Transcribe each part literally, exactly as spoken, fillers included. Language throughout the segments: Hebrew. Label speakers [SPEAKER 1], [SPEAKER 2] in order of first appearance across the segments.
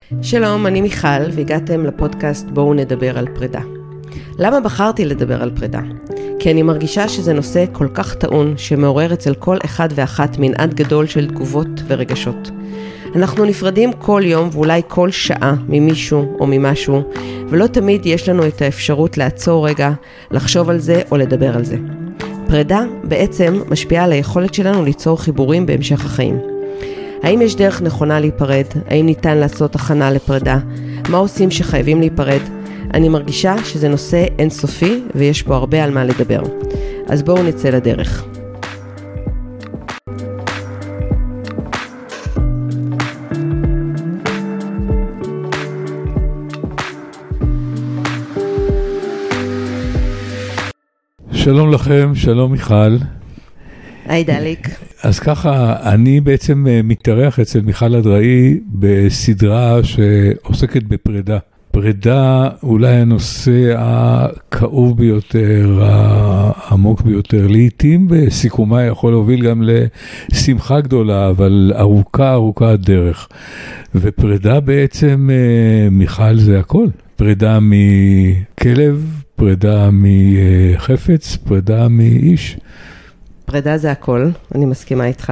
[SPEAKER 1] שלום, אני מיכל, והגעתם לפודקאסט בואו נדבר על פרידה. למה בחרתי לדבר על פרידה? כי אני מרגישה שזה נושא כל כך טעון שמעורר אצל כל אחד ואחת מנעד גדול של תגובות ורגשות. אנחנו נפרדים כל יום ואולי כל שעה ממישהו או ממשהו, ולא תמיד יש לנו את האפשרות לעצור רגע, לחשוב על זה או לדבר על זה. פרידה בעצם משפיעה על היכולת שלנו ליצור חיבורים בהמשך החיים. האם יש דרך נכונה להיפרד? האם ניתן לעשות הכנה לפרידה? מה עושים שחייבים להיפרד? אני מרגישה שזה נושא אינסופי ויש פה הרבה על מה לדבר. אז בואו נצא לדרך.
[SPEAKER 2] שלום לכם, שלום מיכל.
[SPEAKER 1] היי דליק.
[SPEAKER 2] אז ככה, אני בעצם מתארח אצל מיכל אדראי בסדרה שעוסקת בפרידה. פרידה אולי הנושא הכאוב ביותר, העמוק ביותר. לעתים בסיכומה יכול להוביל גם לשמחה גדולה, אבל ארוכה ארוכה הדרך. ופרידה בעצם, מיכל, זה הכל. פרידה מכלב, פרידה מחפץ, פרידה מאיש.
[SPEAKER 1] פרידה זה הכל, אני מסכימה איתך,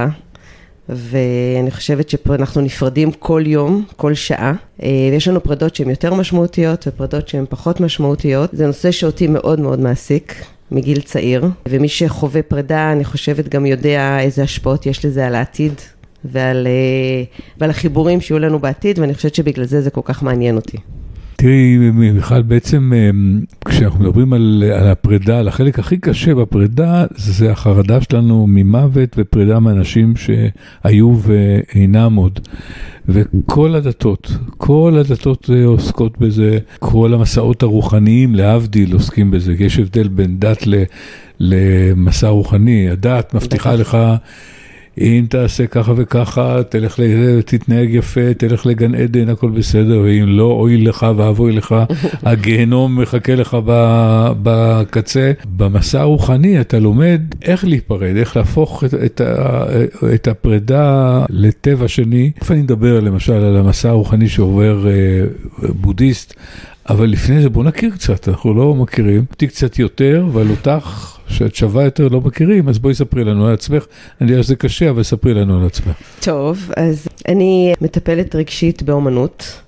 [SPEAKER 1] ואני חושבת שאנחנו נפרדים כל יום, כל שעה, ויש לנו פרידות שהן יותר משמעותיות ופרידות שהן פחות משמעותיות. זה נושא שאותי מאוד מאוד מעסיק מגיל צעיר, ומי שחווה פרידה אני חושבת גם יודע איזה השפעות יש לזה על העתיד ועל, ועל החיבורים שיהיו לנו בעתיד, ואני חושבת שבגלל זה זה כל כך מעניין אותי.
[SPEAKER 2] תראי, מיכל, בעצם כשאנחנו מדברים על, על הפרידה, על החלק הכי קשה בפרידה, זה החרדה שלנו ממוות ופרידה מאנשים שהיו ואינם עוד. וכל הדתות, כל הדתות עוסקות בזה, כל המסעות הרוחניים להבדיל עוסקים בזה. יש הבדל בין דת למסע רוחני. הדת מבטיחה לך, אם תעשה ככה וככה, תלך לזה, תתנהג יפה, תלך לגן עדן, הכל בסדר, ואם לא, אוי לך ואבוי לך, הגיהנום מחכה לך בקצה. במסע הרוחני אתה לומד איך להיפרד, איך להפוך את, את, את הפרידה לטבע שני. איפה אני מדבר למשל על המסע הרוחני שעובר בודהיסט, אבל לפני זה בוא נכיר קצת, אנחנו לא מכירים, אותי קצת יותר, אבל אותך שאת שווה יותר לא מכירים, אז בואי ספרי לנו על עצמך. אני יודע שזה קשה, אבל ספרי לנו על עצמך.
[SPEAKER 1] טוב, אז אני מטפלת רגשית באומנות.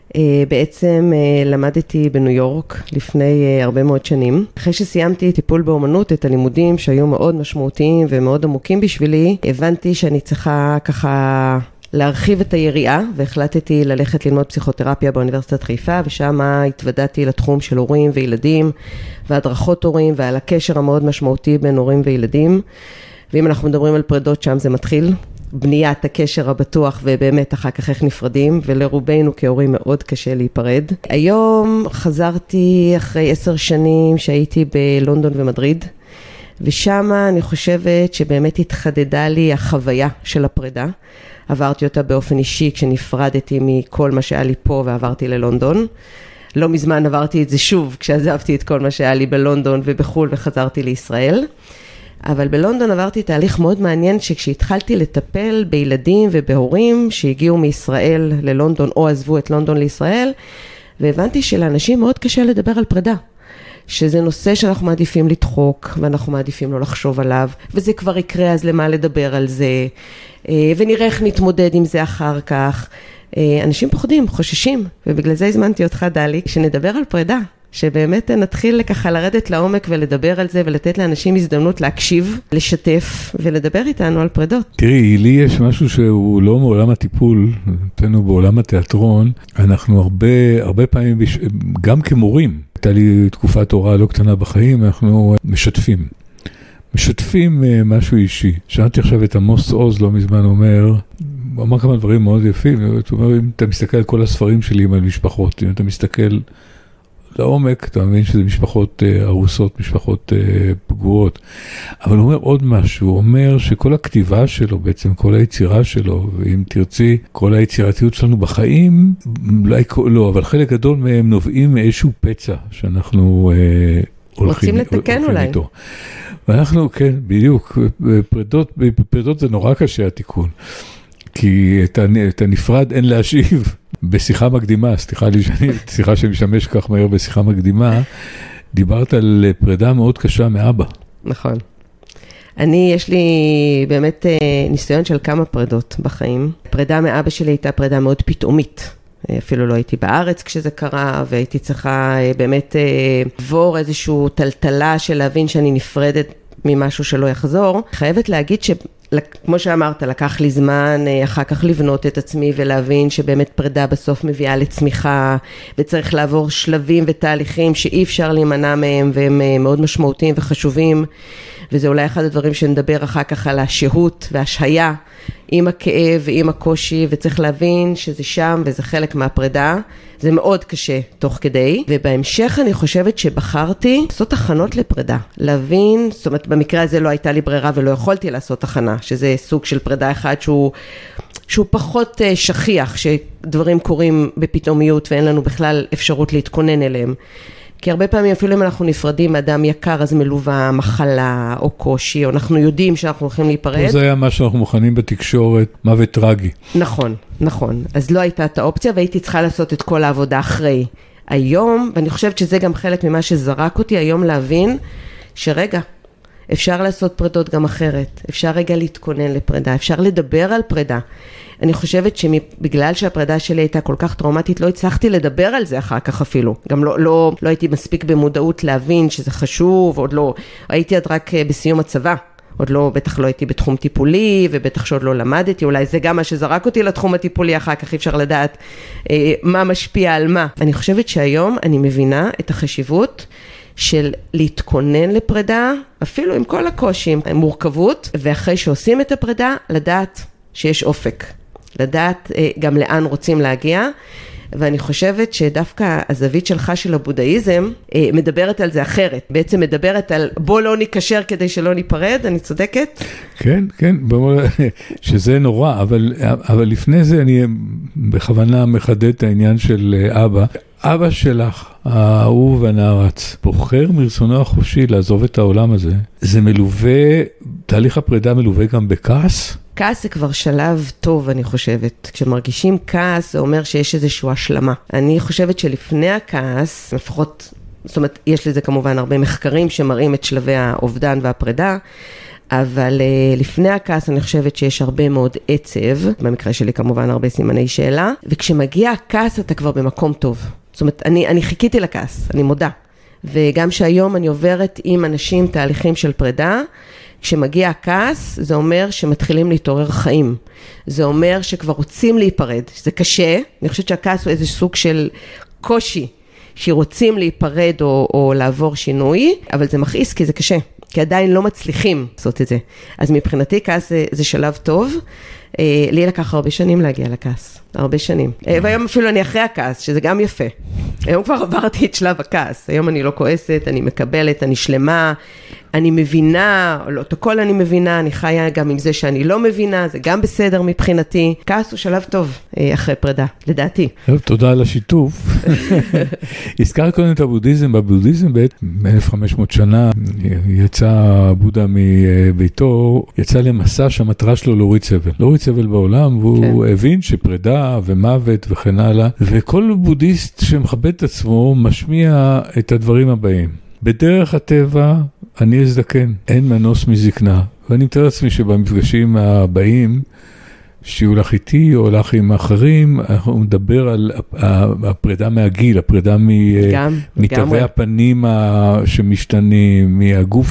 [SPEAKER 1] בעצם למדתי בניו יורק לפני הרבה מאוד שנים. אחרי שסיימתי טיפול באומנות, את הלימודים שהיו מאוד משמעותיים ומאוד עמוקים בשבילי, הבנתי שאני צריכה ככה להרחיב את היריעה, והחלטתי ללכת ללמוד פסיכותרפיה באוניברסיטת חיפה, ושם התוודעתי לתחום של הורים וילדים, והדרכות הורים, ועל הקשר המאוד משמעותי בין הורים וילדים. ואם אנחנו מדברים על פרידות, שם זה מתחיל, בניית הקשר הבטוח, ובאמת אחר כך איך נפרדים, ולרובנו כהורים מאוד קשה להיפרד. היום חזרתי אחרי עשר שנים שהייתי בלונדון ומדריד, ושם אני חושבת שבאמת התחדדה לי החוויה של הפרידה. עברתי אותה באופן אישי כשנפרדתי מכל מה שהיה לי פה ועברתי ללונדון. לא מזמן עברתי את זה שוב כשעזבתי את כל מה שהיה לי בלונדון ובחול וחזרתי לישראל. אבל בלונדון עברתי תהליך מאוד מעניין שכשהתחלתי לטפל בילדים ובהורים שהגיעו מישראל ללונדון או עזבו את לונדון לישראל, והבנתי שלאנשים מאוד קשה לדבר על פרידה. שזה נושא שאנחנו מעדיפים לדחוק, ואנחנו מעדיפים לא לחשוב עליו, וזה כבר יקרה, אז למה לדבר על זה, ונראה איך נתמודד עם זה אחר כך. אנשים פוחדים, חוששים, ובגלל זה הזמנתי אותך דליק, שנדבר על פרידה, שבאמת נתחיל ככה לרדת לעומק ולדבר על זה, ולתת לאנשים הזדמנות להקשיב, לשתף, ולדבר איתנו על פרידות.
[SPEAKER 2] תראי, לי יש משהו שהוא לא מעולם הטיפול, נתנו בעולם התיאטרון, אנחנו הרבה, הרבה פעמים, גם כמורים, הייתה לי תקופת הוראה לא קטנה בחיים, אנחנו משתפים. משתפים משהו אישי. שמעתי עכשיו את עמוס עוז לא מזמן אומר, הוא אמר כמה דברים מאוד יפים, הוא אומר, אם אתה מסתכל על כל הספרים שלי על משפחות, אם אתה מסתכל לעומק, אתה מבין שזה משפחות ארוסות, משפחות פגועות. אבל הוא אומר עוד משהו, הוא אומר שכל הכתיבה שלו, בעצם כל היצירה שלו, ואם תרצי, כל היצירתיות שלנו בחיים, אולי לא, אבל חלק גדול מהם נובעים מאיזשהו פצע שאנחנו
[SPEAKER 1] רוצים לתקן אולי. איתו.
[SPEAKER 2] ואנחנו, כן, בדיוק, פרידות, פרידות זה נורא קשה התיקון. כי את, את הנפרד אין להשיב. בשיחה מקדימה, סליחה לי שאני, שיחה שמשמש כך מהר בשיחה מקדימה, דיברת על פרידה מאוד קשה מאבא.
[SPEAKER 1] נכון. אני, יש לי באמת ניסיון של כמה פרידות בחיים. פרידה מאבא שלי הייתה פרידה מאוד פתאומית. אפילו לא הייתי בארץ כשזה קרה, והייתי צריכה באמת לעבור איזשהו טלטלה של להבין שאני נפרדת ממשהו שלא יחזור. חייבת להגיד ש... כמו שאמרת, לקח לי זמן אחר כך לבנות את עצמי ולהבין שבאמת פרידה בסוף מביאה לצמיחה, וצריך לעבור שלבים ותהליכים שאי אפשר להימנע מהם, והם מאוד משמעותיים וחשובים, וזה אולי אחד הדברים שנדבר אחר כך על השהות והשהיה, עם הכאב ועם הקושי, וצריך להבין שזה שם וזה חלק מהפרידה. זה מאוד קשה תוך כדי, ובהמשך אני חושבת שבחרתי לעשות הכנות לפרידה, להבין, זאת אומרת במקרה הזה לא הייתה לי ברירה ולא יכולתי לעשות הכנה, שזה סוג של פרידה אחד שהוא, שהוא פחות שכיח, שדברים קורים בפתאומיות ואין לנו בכלל אפשרות להתכונן אליהם. כי הרבה פעמים אפילו אם אנחנו נפרדים מאדם יקר, אז מלווה מחלה או קושי, או אנחנו יודעים שאנחנו הולכים להיפרד.
[SPEAKER 2] זה היה מה שאנחנו מוכנים בתקשורת, מוות טרגי.
[SPEAKER 1] נכון, נכון. אז לא הייתה את האופציה, והייתי צריכה לעשות את כל העבודה אחרי. היום, ואני חושבת שזה גם חלק ממה שזרק אותי היום להבין, שרגע, אפשר לעשות פרידות גם אחרת. אפשר רגע להתכונן לפרידה, אפשר לדבר על פרידה. אני חושבת שבגלל שהפרידה שלי הייתה כל כך טראומטית, לא הצלחתי לדבר על זה אחר כך אפילו. גם לא, לא, לא הייתי מספיק במודעות להבין שזה חשוב, עוד לא, הייתי עד רק בסיום הצבא. עוד לא, בטח לא הייתי בתחום טיפולי, ובטח שעוד לא למדתי, אולי זה גם מה שזרק אותי לתחום הטיפולי, אחר כך אפשר לדעת אה, מה משפיע על מה. אני חושבת שהיום אני מבינה את החשיבות של להתכונן לפרידה, אפילו עם כל הקושי, עם מורכבות, ואחרי שעושים את הפרידה, לדעת שיש אופק. לדעת גם לאן רוצים להגיע, ואני חושבת שדווקא הזווית שלך של הבודהיזם מדברת על זה אחרת, בעצם מדברת על בוא לא ניקשר כדי שלא ניפרד, אני צודקת?
[SPEAKER 2] כן, כן, שזה נורא, אבל, אבל לפני זה אני בכוונה מחדד את העניין של אבא. אבא שלך, האהוב והנערץ, בוחר מרצונו החופשי לעזוב את העולם הזה. זה מלווה, תהליך הפרידה מלווה גם בכעס?
[SPEAKER 1] כעס זה כבר שלב טוב, אני חושבת. כשמרגישים כעס, זה אומר שיש איזושהי השלמה. אני חושבת שלפני הכעס, לפחות, זאת אומרת, יש לזה כמובן הרבה מחקרים שמראים את שלבי האובדן והפרידה, אבל לפני הכעס אני חושבת שיש הרבה מאוד עצב, במקרה שלי כמובן הרבה סימני שאלה, וכשמגיע הכעס אתה כבר במקום טוב. זאת אומרת, אני, אני חיכיתי לכעס, אני מודה. וגם שהיום אני עוברת עם אנשים תהליכים של פרידה, כשמגיע הכעס, זה אומר שמתחילים להתעורר חיים. זה אומר שכבר רוצים להיפרד. זה קשה, אני חושבת שהכעס הוא איזה סוג של קושי, שרוצים להיפרד או, או לעבור שינוי, אבל זה מכעיס כי זה קשה, כי עדיין לא מצליחים לעשות את זה. אז מבחינתי כעס זה, זה שלב טוב, לי לקח הרבה שנים להגיע לכעס, הרבה שנים. והיום אפילו אני אחרי הכעס, שזה גם יפה. היום כבר עברתי את שלב הכעס, היום אני לא כועסת, אני מקבלת, אני שלמה, אני מבינה, לא את הכל אני מבינה, אני חיה גם עם זה שאני לא מבינה, זה גם בסדר מבחינתי. כעס הוא שלב טוב אחרי פרידה, לדעתי.
[SPEAKER 2] טוב, תודה על השיתוף. הזכר קודם את הבודהיזם, בבודהיזם בעת אלף וחמש מאות שנה יצא בודה מביתו, יצא למסע שהמטרה שלו להוריד סבל. להוריד סבל בעולם, והוא כן. הבין שפרידה ומוות וכן הלאה, וכל בודהיסט שמכבד את עצמו משמיע את הדברים הבאים. בדרך הטבע אני אזדקן, אין מנוס מזקנה, ואני מתאר לעצמי שבמפגשים הבאים, שיהיו לך איתי או לך עם האחרים, אנחנו נדבר על הפרידה מהגיל, הפרידה מתווי הפנים שמשתנים, מהגוף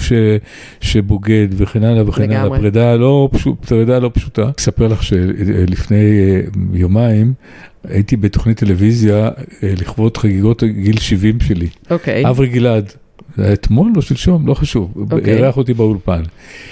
[SPEAKER 2] שבוגד וכן הלאה וכן הלאה, פרידה לא פשוטה. אספר לך שלפני יומיים, הייתי בתוכנית טלוויזיה לכבוד חגיגות גיל שבעים שלי.
[SPEAKER 1] אוקיי.
[SPEAKER 2] אברי גלעד, אתמול או שלשום, לא חשוב, אירח אותי באולפן.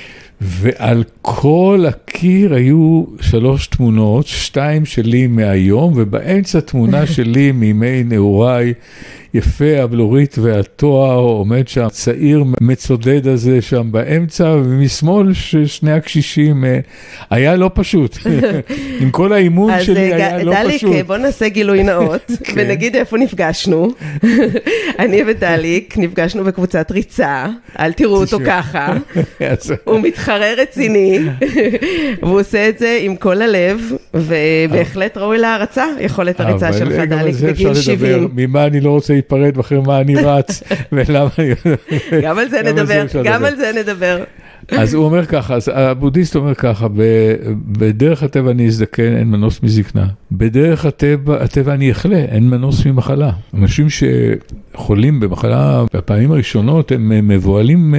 [SPEAKER 2] ועל כל הקיר היו שלוש תמונות, שתיים שלי מהיום, ובאמצע תמונה שלי מימי נעוריי, יפה, הבלורית והתואר עומד שם, צעיר מצודד הזה שם באמצע, ומשמאל ששני הקשישים, היה לא פשוט. עם כל האימון שלי היה לא פשוט.
[SPEAKER 1] דליק, בוא נעשה גילוי נאות, ונגיד איפה נפגשנו. אני ודליק נפגשנו בקבוצת ריצה, אל תראו אותו ככה. הוא מתחרה רציני, והוא עושה את זה עם כל הלב, ובהחלט ראוי להערצה, יכולת הריצה שלך דליק בגיל שבעים.
[SPEAKER 2] ממה אני לא רוצה להיפרד, ואחרי מה אני רץ, ולמה אני...
[SPEAKER 1] גם על זה נדבר, גם על זה נדבר.
[SPEAKER 2] אז הוא אומר ככה, אז הבודהיסט אומר ככה, בדרך הטבע אני אזדקן, אין מנוס מזקנה. בדרך הטבע, הטבע אני אחלה, אין מנוס ממחלה. אנשים שחולים במחלה, בפעמים הראשונות, הם מבועלים,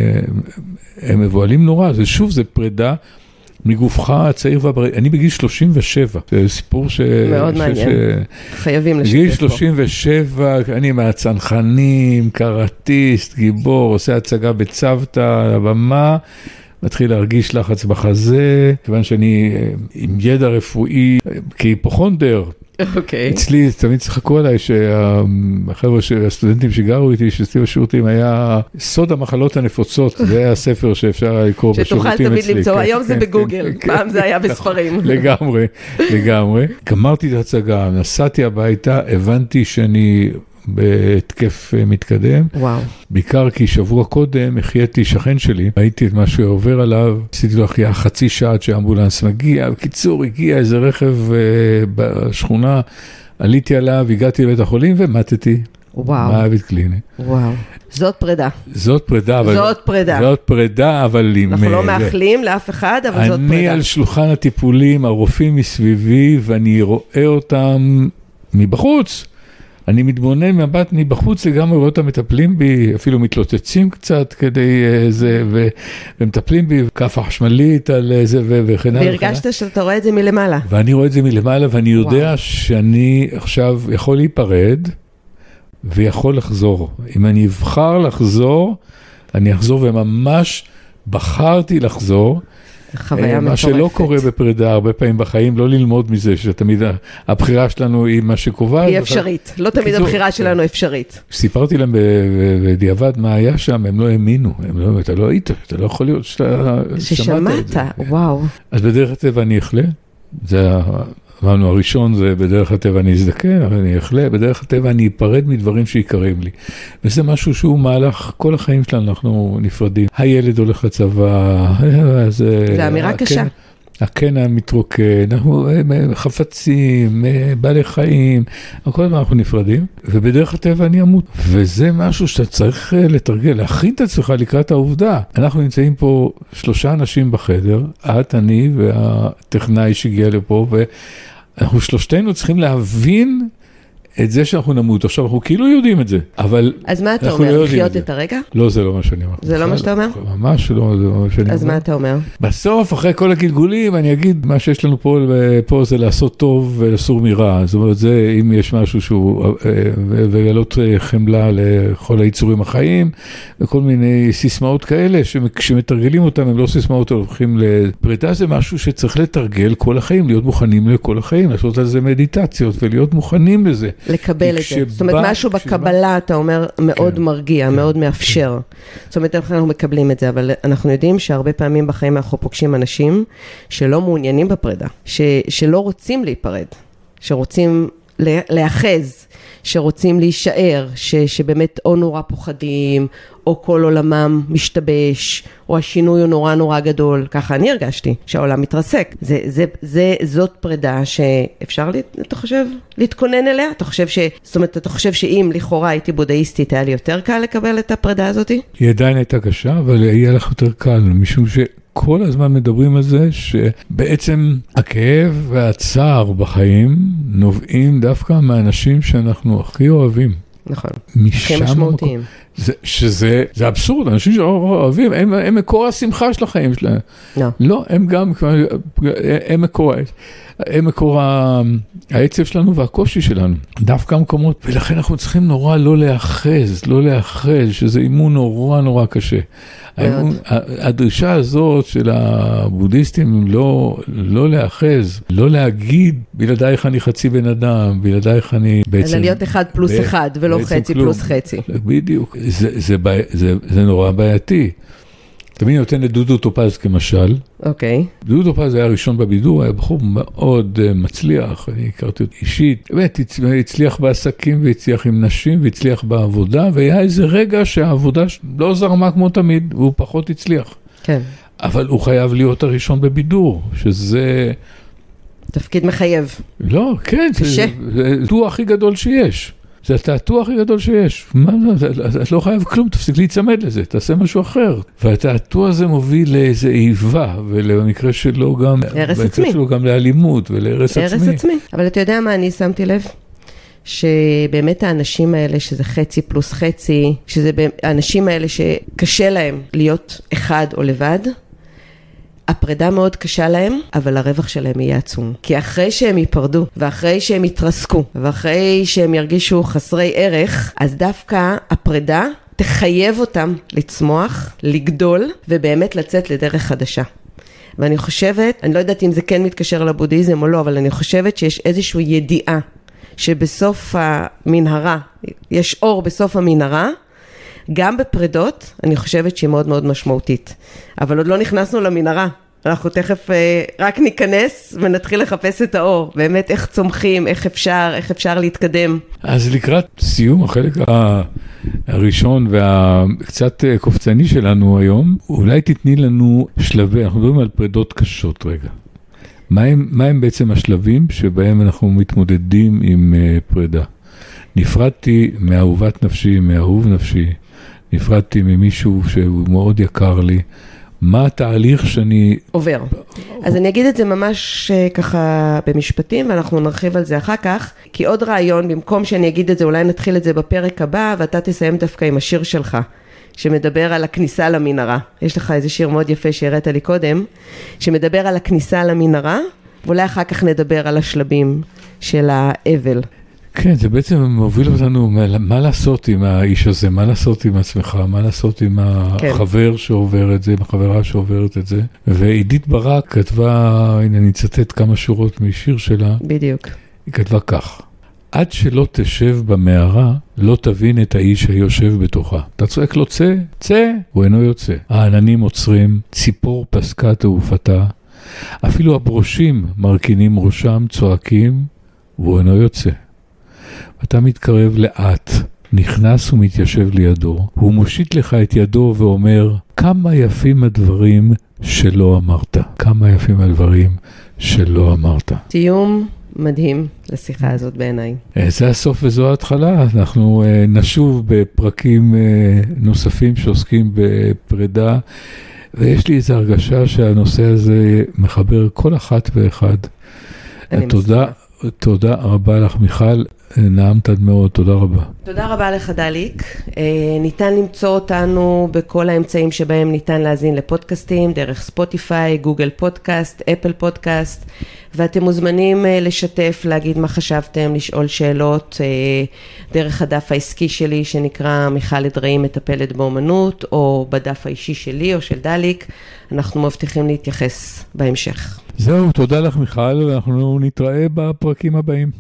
[SPEAKER 2] הם מבועלים נורא. זה שוב, זה פרידה מגופך הצעיר והבריא. אני בגיל שלושים ושבע, זה סיפור ש...
[SPEAKER 1] מאוד מעניין, חייבים לשתף פה.
[SPEAKER 2] בגיל שלושים ושבע, אני מהצנחנים, קראטיסט, גיבור, עושה הצגה בצוותא, על הבמה, מתחיל להרגיש לחץ בחזה, כיוון שאני עם ידע רפואי, כהיפוכונדר,
[SPEAKER 1] אוקיי.
[SPEAKER 2] אצלי תמיד צחקו עליי שהחבר'ה, הסטודנטים שגרו איתי, שסביב השירותים, היה סוד המחלות הנפוצות, זה היה הספר שאפשר לקרוא בשירותים אצלי.
[SPEAKER 1] שתוכל תמיד למצוא, היום זה בגוגל, פעם זה היה בספרים.
[SPEAKER 2] לגמרי, לגמרי. גמרתי את ההצגה, נסעתי הביתה, הבנתי שאני בהתקף מתקדם.
[SPEAKER 1] וואו.
[SPEAKER 2] בעיקר כי שבוע קודם החייתי שכן שלי, ראיתי את מה שעובר עליו, עשיתי לו החייאה חצי שעה עד שהאמבולנס מגיע, בקיצור הגיע איזה רכב בשכונה, עליתי עליו, הגעתי לבית החולים ומתתי.
[SPEAKER 1] וואו.
[SPEAKER 2] מוות קליני.
[SPEAKER 1] וואו. זאת פרידה.
[SPEAKER 2] זאת פרידה, אבל...
[SPEAKER 1] זאת פרידה.
[SPEAKER 2] זאת פרידה, אבל...
[SPEAKER 1] אנחנו לא מאחלים לאף אחד, אבל זאת פרידה.
[SPEAKER 2] אני על שולחן הטיפולים, הרופאים מסביבי, ואני רואה אותם מבחוץ. אני מתבונן מבט מבחוץ לגמרי, רואה אותם מטפלים בי, אפילו מתלוצצים קצת כדי זה, ומטפלים בי כף החשמלית על זה וכן הלאה.
[SPEAKER 1] והרגשת שאתה רואה את זה מלמעלה.
[SPEAKER 2] ואני רואה את זה מלמעלה, ואני יודע שאני עכשיו יכול להיפרד, ויכול לחזור. אם אני אבחר לחזור, אני אחזור, וממש בחרתי לחזור,
[SPEAKER 1] חוויה
[SPEAKER 2] מה
[SPEAKER 1] מטורפת.
[SPEAKER 2] שלא קורה בפרידה הרבה פעמים בחיים, לא ללמוד מזה, שתמיד הבחירה שלנו היא מה שקובע.
[SPEAKER 1] היא אפשרית, לא תמיד הבחירה שלנו אפשרית.
[SPEAKER 2] סיפרתי להם בדיעבד מה היה שם, הם לא האמינו, אתה לא היית, אתה לא יכול להיות שאתה שמעת את זה.
[SPEAKER 1] וואו.
[SPEAKER 2] אז בדרך הטבע אני אחלה, זה אמרנו, הראשון זה בדרך הטבע אני אזדקן, אבל אני אחלה, בדרך הטבע אני אפרד מדברים שיקרים לי. וזה משהו שהוא מהלך, כל החיים שלנו אנחנו נפרדים. הילד הולך לצבא, זה...
[SPEAKER 1] זה אמירה קשה.
[SPEAKER 2] הקן המתרוקן, אנחנו חפצים, בעלי חיים, כל הזמן אנחנו נפרדים, ובדרך הטבע אני אמות. וזה משהו שאתה צריך לתרגל, להכין את עצמך לקראת העובדה. אנחנו נמצאים פה שלושה אנשים בחדר, את, אני והטכנאי שהגיע לפה, ואנחנו שלושתנו צריכים להבין את זה שאנחנו נמות. עכשיו, אנחנו כאילו יודעים את זה, אבל...
[SPEAKER 1] אז מה אתה אומר? לחיות את הרגע?
[SPEAKER 2] לא, זה לא מה שאני אומר.
[SPEAKER 1] זה לא מה שאתה אומר?
[SPEAKER 2] ממש לא, זה לא מה שאני אומר.
[SPEAKER 1] אז מה אתה אומר? בסוף,
[SPEAKER 2] אחרי כל הגלגולים, אני אגיד, מה שיש לנו פה, פה זה לעשות טוב ולסור מרע. זאת אומרת, זה, אם יש משהו שהוא, ולגלות חמלה לכל היצורים החיים, וכל מיני סיסמאות כאלה, שכשמתרגלים אותם, הם לא סיסמאות, הולכים לפרידה, זה משהו שצריך לתרגל כל החיים, להיות מוכנים לכל החיים, לעשות על זה מדיטציות, ולהיות מוכנים לזה.
[SPEAKER 1] לקבל את זה. זאת אומרת, משהו בקבלה, אתה אומר, מאוד מרגיע, מאוד מאפשר. זאת אומרת, אנחנו מקבלים את זה, אבל אנחנו יודעים שהרבה פעמים בחיים אנחנו פוגשים אנשים שלא מעוניינים בפרידה, שלא רוצים להיפרד, שרוצים להאחז, שרוצים להישאר, שבאמת או נורא פוחדים, או כל עולמם משתבש, או השינוי הוא נורא נורא גדול. ככה אני הרגשתי, שהעולם מתרסק. זה, זה, זה, זאת פרידה שאפשר, אתה חושב, להתכונן אליה? אתה חושב ש... זאת אומרת, אתה חושב שאם לכאורה הייתי בודהיסטית, היה לי יותר קל לקבל את הפרידה הזאת?
[SPEAKER 2] היא עדיין הייתה קשה, אבל יהיה לך יותר קל, משום ש... כל הזמן מדברים על זה שבעצם הכאב והצער בחיים נובעים דווקא מהאנשים שאנחנו הכי אוהבים.
[SPEAKER 1] נכון, הכי משמעותיים.
[SPEAKER 2] זה, שזה, זה אבסורד, אנשים שאוהבים, הם, הם מקור השמחה של החיים שלהם.
[SPEAKER 1] לא.
[SPEAKER 2] לא, הם גם, הם מקור, הם מקור העצב שלנו והקושי שלנו. דווקא המקומות, ולכן אנחנו צריכים נורא לא להאחז, לא להאחז, שזה אימון נורא נורא קשה. האימון, הדרישה הזאת של הבודהיסטים לא, לא להאחז, לא להגיד, בלעדייך אני חצי בן אדם, בלעדייך אני בעצם...
[SPEAKER 1] אלא להיות אחד פלוס ב- אחד, ולא חצי כלום. פלוס חצי.
[SPEAKER 2] בדיוק, זה, זה, זה, זה, זה נורא בעייתי. תמיד נותן לדודו טופז כמשל.
[SPEAKER 1] אוקיי.
[SPEAKER 2] Okay. דודו טופז היה ראשון בבידור, היה בחור מאוד uh, מצליח, אני הכרתי אותו אישית. באמת, הצליח בעסקים והצליח עם נשים והצליח בעבודה, והיה איזה רגע שהעבודה לא זרמה כמו תמיד, והוא פחות הצליח. כן. אבל הוא חייב להיות הראשון בבידור, שזה...
[SPEAKER 1] תפקיד מחייב.
[SPEAKER 2] לא, כן. קשה. זה התעתוע הכי גדול שיש. זה התעתוע הכי גדול שיש. מה זה? את לא חייב כלום, תפסיק להצמד לזה, תעשה משהו אחר. והתעתוע הזה מוביל לאיזו איבה, ולמקרה שלו גם...
[SPEAKER 1] הרס עצמי.
[SPEAKER 2] שלו גם לאלימות ולהרס עצמי.
[SPEAKER 1] הרס עצמי. אבל אתה יודע מה אני שמתי לב? שבאמת האנשים האלה, שזה חצי פלוס חצי, שזה האנשים האלה שקשה להם להיות אחד או לבד, הפרידה מאוד קשה להם, אבל הרווח שלהם יהיה עצום. כי אחרי שהם ייפרדו, ואחרי שהם יתרסקו, ואחרי שהם ירגישו חסרי ערך, אז דווקא הפרידה תחייב אותם לצמוח, לגדול, ובאמת לצאת לדרך חדשה. ואני חושבת, אני לא יודעת אם זה כן מתקשר לבודהיזם או לא, אבל אני חושבת שיש איזושהי ידיעה, שבסוף המנהרה, יש אור בסוף המנהרה, גם בפרידות, אני חושבת שהיא מאוד מאוד משמעותית. אבל עוד לא נכנסנו למנהרה. אנחנו תכף אה, רק ניכנס ונתחיל לחפש את האור. באמת איך צומחים, איך אפשר, איך אפשר להתקדם.
[SPEAKER 2] אז לקראת סיום, החלק הראשון והקצת קופצני שלנו היום, אולי תתני לנו שלבי, אנחנו מדברים על פרידות קשות רגע. מה הם, מה הם בעצם השלבים שבהם אנחנו מתמודדים עם uh, פרידה? נפרדתי מאהובת נפשי, מאהוב נפשי, נפרדתי ממישהו שהוא מאוד יקר לי, מה התהליך שאני...
[SPEAKER 1] עובר. אז אני אגיד את זה ממש ככה במשפטים, ואנחנו נרחיב על זה אחר כך, כי עוד רעיון, במקום שאני אגיד את זה, אולי נתחיל את זה בפרק הבא, ואתה תסיים דווקא עם השיר שלך, שמדבר על הכניסה למנהרה. יש לך איזה שיר מאוד יפה שהראית לי קודם, שמדבר על הכניסה למנהרה, ואולי אחר כך נדבר על השלבים של האבל.
[SPEAKER 2] כן, זה בעצם מוביל אותנו, מה לעשות עם האיש הזה, מה לעשות עם עצמך, מה לעשות עם החבר שעובר את זה, עם החברה שעוברת את זה. ועידית ברק כתבה, הנה אני אצטט כמה שורות משיר שלה.
[SPEAKER 1] בדיוק.
[SPEAKER 2] היא כתבה כך, עד שלא תשב במערה, לא תבין את האיש היושב בתוכה. אתה צועק לו צא, צא, הוא אינו יוצא. העננים עוצרים, ציפור פסקה תעופתה, אפילו הברושים מרכינים ראשם, צועקים, והוא אינו יוצא. אתה מתקרב לאט, נכנס ומתיישב לידו, הוא מושיט לך את ידו ואומר, כמה יפים הדברים שלא אמרת. כמה יפים הדברים שלא אמרת.
[SPEAKER 1] סיום מדהים לשיחה הזאת בעיניי.
[SPEAKER 2] זה הסוף וזו ההתחלה. אנחנו נשוב בפרקים נוספים שעוסקים בפרידה, ויש לי איזו הרגשה שהנושא הזה מחבר כל אחת ואחד. תודה, תודה רבה לך מיכל. נעמת עד מאוד, תודה רבה.
[SPEAKER 1] תודה רבה לך דליק. ניתן למצוא אותנו בכל האמצעים שבהם ניתן להזין לפודקאסטים, דרך ספוטיפיי, גוגל פודקאסט, אפל פודקאסט, ואתם מוזמנים לשתף, להגיד מה חשבתם, לשאול שאלות דרך הדף העסקי שלי שנקרא מיכל אדראי מטפלת באומנות, או בדף האישי שלי או של דליק. אנחנו מבטיחים להתייחס בהמשך.
[SPEAKER 2] זהו, תודה לך מיכל, ואנחנו נתראה בפרקים הבאים.